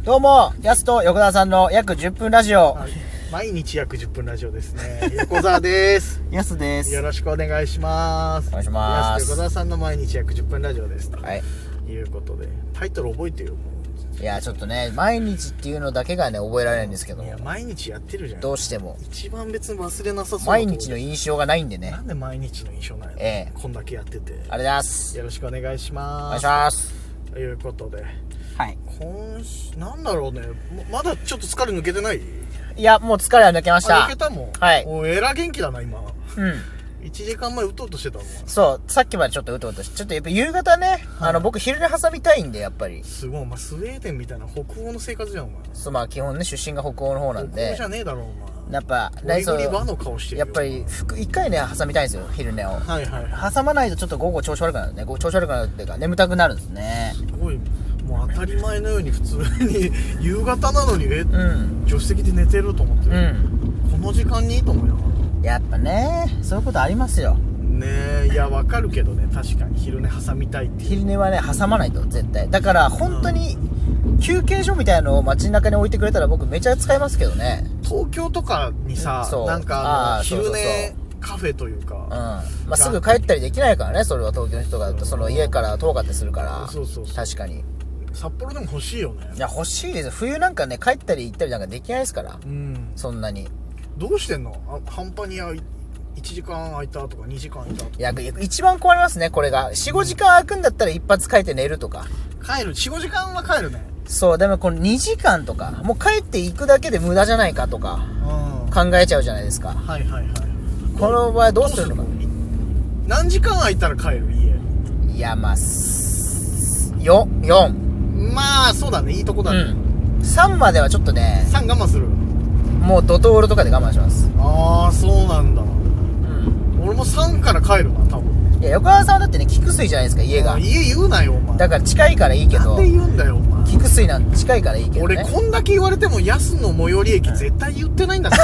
どうも、やすと横澤さんの約10分ラジオ。 はい、毎日約10分ラジオですね。横澤です。 やすです。 よろしくお願いします。 お願いします。 やすと横澤さんの毎日約10分ラジオです。 はい。 ということで、タイトル覚えてよ、もう。 いや、ちょっとね、毎日っていうのだけがね、覚えられないんですけど。 いや、毎日やってるじゃん。 どうしても。 一番別に忘れなさそうな。 毎日の印象がないんでね。 なんで毎日の印象ないの？こんだけやってて。 ありがとうございます。 よろしくお願いします。 お願いします。 ということで。 はい。 なんだろうね。まだちょっと疲れ抜けてない？ いや、もう疲れは抜けました。 抜けたもん。 はい。 もう元気だな、今。 うん。 1時間前うとうとしてたもん。 そう、さっきまでちょっとうとうとして、ちょっとやっぱ夕方ね、はい、僕昼寝挟みたいんで、やっぱり。 すごい、お前スウェーデンみたいな北欧の生活じゃん、お前。 そう、まあ基本ね、出身が北欧の方なんで。 北欧じゃねえだろ、お前。 やっぱ、 和の顔してるよ。 やっぱり、一回ね、挟みたいんですよ、昼寝を。 はいはいはい。 挟まないとちょっと午後調子悪くなるね。調子悪くなるっていうか、眠たくなるんですね。 すごい、もう当たり前のように普通に、夕方なのに、助手席で寝てると思ってる。この時間にいいと思うよ。 やっぱね、そういうことありますよ。 ねえ、いや、わかるけどね、確かに昼寝挟みたいって。 昼寝はね、挟まないと、絶対。だから、本当に、休憩所みたいなのを街中に置いてくれたら僕めちゃ使いますけどね。 東京とかにさ、なんか昼寝カフェというか。 まあ、すぐ帰ったりできないからね、それは東京の人がだと、その家から遠かったりするから。 そう。 確かに。 札幌でも欲しいよね。 いや、欲しいです。冬なんかね、帰ったり行ったりなんかできないですから。そんなに。 どうしてんの？半端に1時間空いたとか2時間空いたとか。 いや、一番困りますね、これが。4、5時間空くんだったら一発帰って寝るとか。 4、5時間は帰るね。 そう、でもこの2時間とか、もう帰っていくだけで無駄じゃないかとか、考えちゃうじゃないですか。 はい。 この場合どうするのか。 何時間空いたら帰る家？ いや、まあ、4。 まあ、そうだね、いいとこだね。 3まではちょっとね。 3我慢する？ もうドトールとかで我慢します。 ああ、そうなんだ。俺も3から帰るな、多分。 いや、横川さんはだってね、菊水じゃないですか、家が。 家言うなよ、お前。 だから近いからいいけど。 なんで言うんだよ、お前。 菊水なんて近いからいいけどね。 俺、こんだけ言われても、安野最寄り駅絶対言ってないんだから。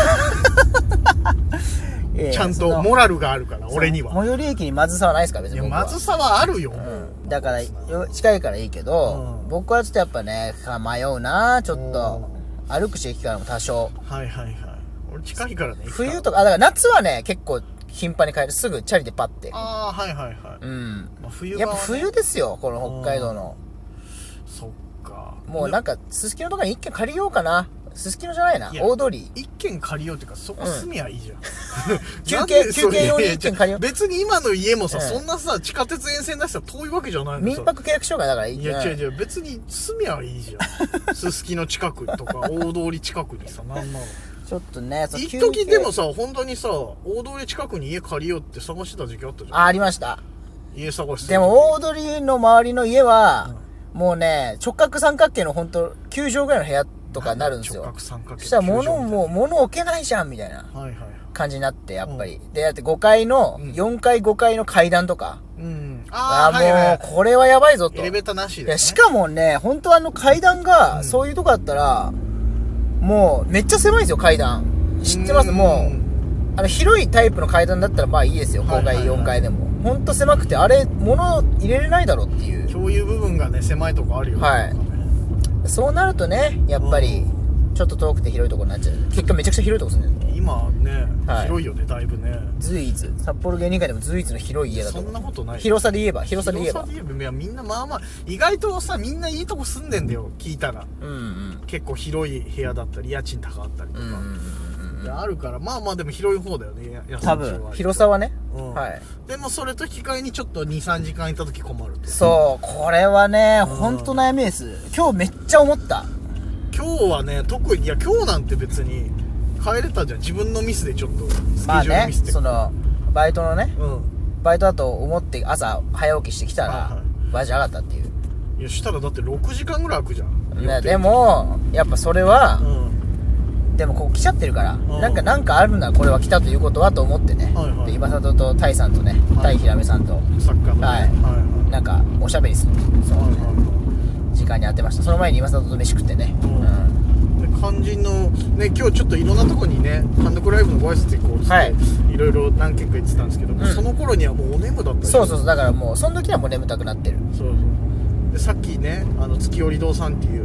ちゃんとモラルがあるから、俺には。 最寄り駅にまずさはないですか、別に。 いや、まずさはあるよ。 だから、近いからいいけど、僕はちょっとやっぱね、迷うな、ちょっと。歩くし、駅からも多少。 はい。俺近いからね。 冬とか、だから夏はね、結構頻繁に帰る。すぐチャリでパッて。 ああ、はい。 やっぱ冬ですよ、この北海道の。 そっか。 もうなんか、すすきのとかに一軒借りようかな。すすきのじゃないな、大通り。 一軒借りようっていうか、そこ住みゃいいじゃん。 休憩用に一軒借りよう。 別に今の家もさ、そんなさ、地下鉄沿線出したら遠いわけじゃないの。 民泊契約しようかだからいい。 いや、違う、別に住みゃいいじゃん。すすきの近くとか、大通り近くにさ、なんなの。 ちょっとね、 一時でもさ、本当にさ、大通り近くに家借りようって探してた時期あったじゃん。 ありました。 家探して。 でも大通りの周りの家は、もうね、直角三角形の本当9畳ぐらいの部屋とかになるんですよ。 直角三角形。 そしたら物置けないじゃんみたいな感じになって、やっぱり。で、だって5階の、4階5階の階段とか。もう、これはやばいぞと。 エレベーターなしで。 しかもね、本当階段が、そういうとこだったら、もう、めっちゃ狭いんですよ、階段。知ってます？もう、広いタイプの階段だったらまあいいですよ、5階、4階でも。ほんと狭くて、あれ、物入れれないだろっていう。 共有部分がね、狭いとこあるよね。 はい。そうなるとね、やっぱり、ちょっと遠くて広いとこになっちゃう。結果めちゃくちゃ広いとこ住んでる。 今ね、広いよね、だいぶね。 随一。札幌芸人界でも随一の広い家だと。 そんなことない。 広さで言えば。 いや、みんなまあまあ、意外とさ、みんないいとこ住んでんだよ、聞いたら。結構広い部屋だったり、家賃高かったりとか。あるから、まあまあでも広い方だよね、 多分。広さはね。はい。 でもそれと引き換えにちょっと2、3時間いた時困る。 そう、これはね、ほんと悩みです。今日めっちゃ思った。 今日はね、特に、いや今日なんて別に帰れたじゃん。自分のミスでちょっとスケジュールミスって。 その、バイトのね、バイトだと思って朝早起きしてきたら、バイト上がったっていう。 いや、したらだって6時間ぐらい空くじゃん。 でも、やっぱそれは、でもここ来ちゃってるから、なんかあるな、これは来たということはと思ってね。で、今里とタイさんとね、タイひらめさんと、 サッカーのね。 なんか、おしゃべりする。時間に当てました。その前に今里と飯食ってね。 肝心のね、今日ちょっといろんなとこにね、単独ライブのご挨拶行こうっていろいろ何件か言ってたんですけども、その頃にはもうお眠だった。 そうだからもうその時はもう眠たくなってる。 でさっきね、月寄堂さんっていう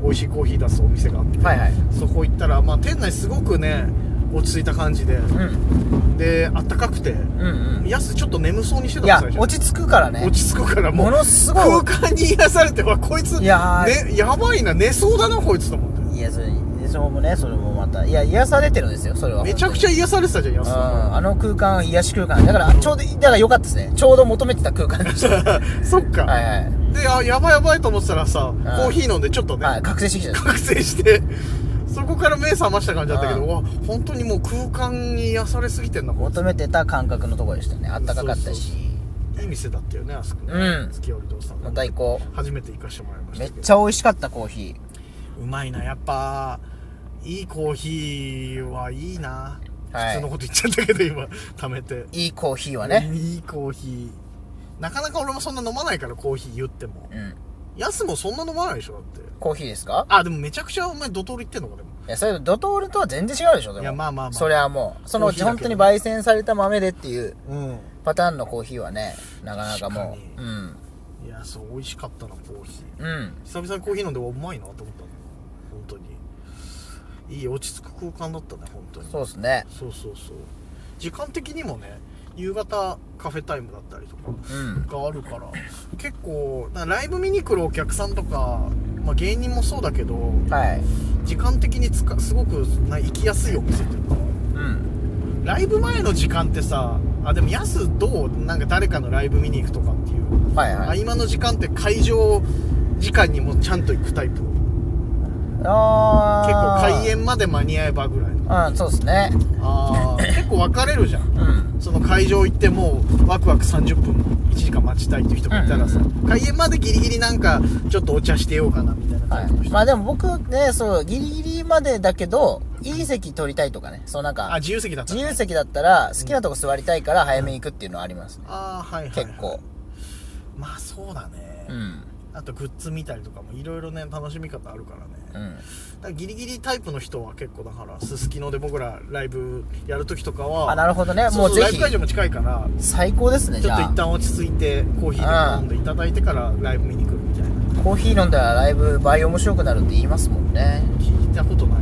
美味しいコーヒー出すお店があって、 はいはい、 そこ行ったら、まあ、店内すごくね落ち着いた感じで、であったかくて、やすちょっと眠そうにしてたんですよ。 いや落ち着くからね、 落ち着くからもうものすごい空間に癒されて、こいついや、 ね、やばいな、寝そうだなこいつと思って。 いやそれもね、それもまたいや癒されてるんですよ、それは。 めちゃくちゃ癒されてたじゃん、やす。 あの空間癒し空間だからちょうどだから良かったですね、ちょうど求めてた空間でしたそっか、 はいはい、 でやばいと思ってたらさ、コーヒー飲んでちょっとね、 はい、覚醒してきた、 覚醒してそこから目覚ました感じだったけど、わ本当にもう空間に癒されすぎてんな、 求めてた感覚のところでしたね。あったかかったし、 いい店だったよね、あそこね。月織堂さんまた行こう。 初めて行かしてもらいましためっちゃ美味しかった。コーヒーうまいな、やっぱいいコーヒーはいいな、はい、普通のこと言っちゃったけど今貯めて、 いいコーヒーはね、 いいコーヒーなかなか俺もそんな飲まないから、コーヒー言っても、やすもそんな飲まないでしょだって。コーヒーですか？ あ、でもめちゃくちゃお前ドトール行ってんのか。でもいや、それドトールとは全然違うでしょ。でもいや、まあそれはもうその本当に焙煎された豆でっていうパターンのコーヒーはね、なかなかもう、いや、そう美味しかったなコーヒー。久々にコーヒー飲んでうまいなと思ったの。本当にいい落ち着く空間だったね、本当に。 そうですね。 そう時間的にもね、夕方カフェタイムだったりとかがあるから、結構ライブ見に来るお客さんとか、まあ、芸人もそうだけど、時間的にすごく行きやすいお店っていうか、ライブ前の時間ってさ、でもやすどうなんか誰かのライブ見に行くとかっていう、合間の時間って会場時間にもちゃんと行くタイプ？結構開演まで間に合えばぐらいの。 そうですね。 結構分かれるじゃん、その会場行ってもうワクワク30分1時間待ちたいっていう人もいたらさ、開演までギリギリなんかちょっとお茶してようかなみたいなタイプの人、 まあでも僕ね、そうギリギリまでだけどいい席取りたいとかね、そうなんか自由席だったら好きなとこ座りたいから早めに行くっていうのはありますね。結構まあそうだね。あとグッズ見たりとかもいろいろね、楽しみ方あるからね。だからギリギリタイプの人は結構、だからすすきので僕らライブやるときとかは、 なるほどね、もうぜひライブ会場も近いから最高ですね。 ちょっと一旦落ち着いてコーヒーで飲んでいただいてからライブ見に来るみたいな。 コーヒー飲んだらライブ倍面白くなるって言いますもんね。 聞いたことない、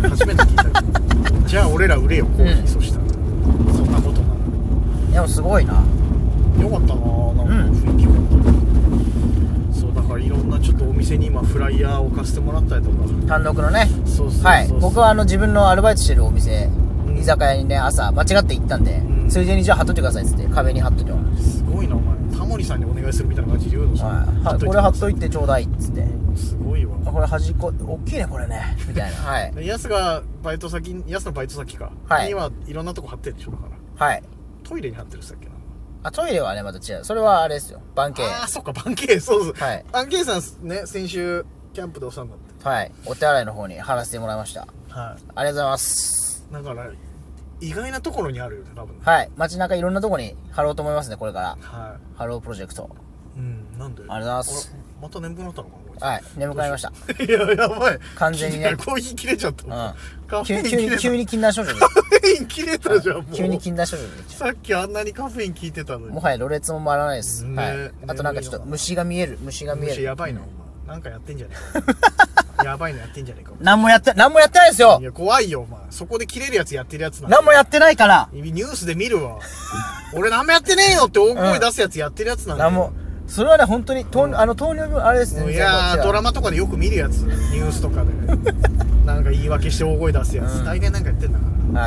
初めて聞いたけどじゃあ俺ら売れよコーヒー、そしたらそんなことなら。 でもすごいな、 よかったな、なんか雰囲気が、そうだからいろんなちょっとお店に今フライヤーを置かせてもらったりとか、 単独のね、 そう僕は自分のアルバイトしてるお店、居酒屋にね朝間違って行ったんで、ついでにじゃあ貼っといてくださいっつって壁に貼っといてもらう。 すごいなお前、タモリさんにお願いするみたいな感じで言うのさ、 これ貼っといてちょうだいっつって、 すごいわ、 これ端っこ大きいねこれねみたいな。 ヤスのバイト先か、にはいろんなとこ貼ってるでしょ。だからトイレに貼ってるさっきな。 トイレはねまた違う、それはあれですよ、バンケイ。 そっか、バンケイ、そうバンケイさんね、先週キャンプでお世話になって、 お手洗いの方に貼らせてもらいました。ありがとうございます。 だから意外なところにあるよね、多分ね。街中いろんなところに貼ろうと思いますね、これから。ハロープロジェクト。 なんで？ ありがとうございます。 また眠くなったのかな。眠くなりました。 いや、やばい。 完全にね。 コーヒー切れちゃった。 急に禁断症状。 カフェイン切れたじゃん、もう。 急に禁断症状。 さっきあんなにカフェイン効いてたのに。 もはやろれつも回らないです。あとなんかちょっと虫が見える。虫やばいな、お前。なんかやってんじゃねえか。やばいのやってんじゃねえか。 何もやってないですよ。 いや、怖いよ、お前。そこで切れるやつやってるやつなん何もやってないから。 ニュースで見るわ。俺何もやってねえよって大声出すやつやってるやつなんだよ。 それはね、本当に糖尿病あれですね。 いやー、ドラマとかでよく見るやつ、ニュースとかでなんか言い訳して大声出すやつ、大概なんかやってんだから。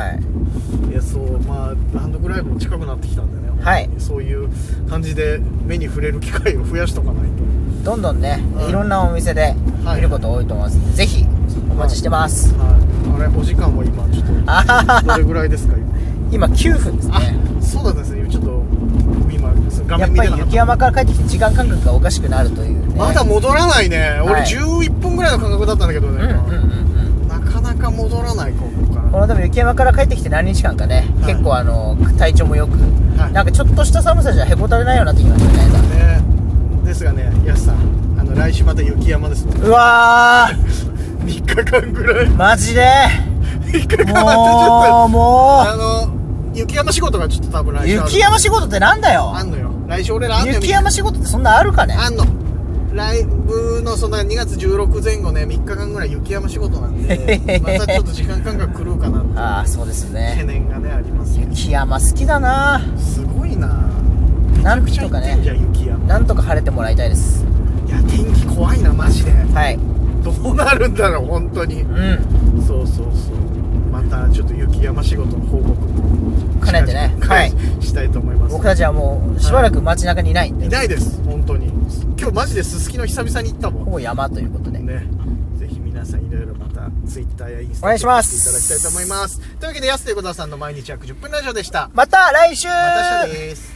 いや、そう単独ライブも近くなってきたんでね、そういう感じで目に触れる機会を増やしとかないと、 どんどんね、いろんなお店で見ること多いと思います。ぜひお待ちしてます。 あれ、お時間は今ちょっとどれぐらいですか？ 今9分ですね。 そうなんですね。ちょっと今画面見てなかった。 やっぱり雪山から帰ってきて時間感覚がおかしくなるというね。 まだ戻らないね。俺11分ぐらいの感覚だったんだけどね、なかなか戻らない。このでも雪山から帰ってきて何日間かね、結構体調もよく、なんかちょっとした寒さじゃへこたれないようになってきましたね。 ですがね、やすさん、来週また雪山です。 うわー3日間ぐらいマジで 3日間もう雪山仕事がちょっと多分来週雪山仕事ってなんだよ。 あんのよ、来週俺らあんのよ。 雪山仕事ってそんなあるかね。 あんのライブのそんな2月16前後ね、3日間ぐらい雪山仕事なんで、またちょっと時間感覚狂うかなってああ、そうです懸ね。 念がね、ありますね。 雪山好きだな。 すごいな。 なんめちゃくちゃ行とかねってんじゃん、雪山。 なんとか晴れてもらいたいです。 いや、天気怖いな、マジで。 はい。 どうなるんだろう、本当に。 うん。 そうそうそう。またちょっと雪山仕事の報告も兼ねてね。はい。 したいと思います。 僕たちはもうしばらく街中にいないんで。 いないです、本当に。今日マジですすきの久々に行ったもん。 ほぼ山ということで。 ね。ぜひ皆さんいろいろまたツイッターやインスタお願いしますしていただきたいと思います。というわけで、安手小沢さんの毎日約10分ラジオでした。 また来週。 また明日です。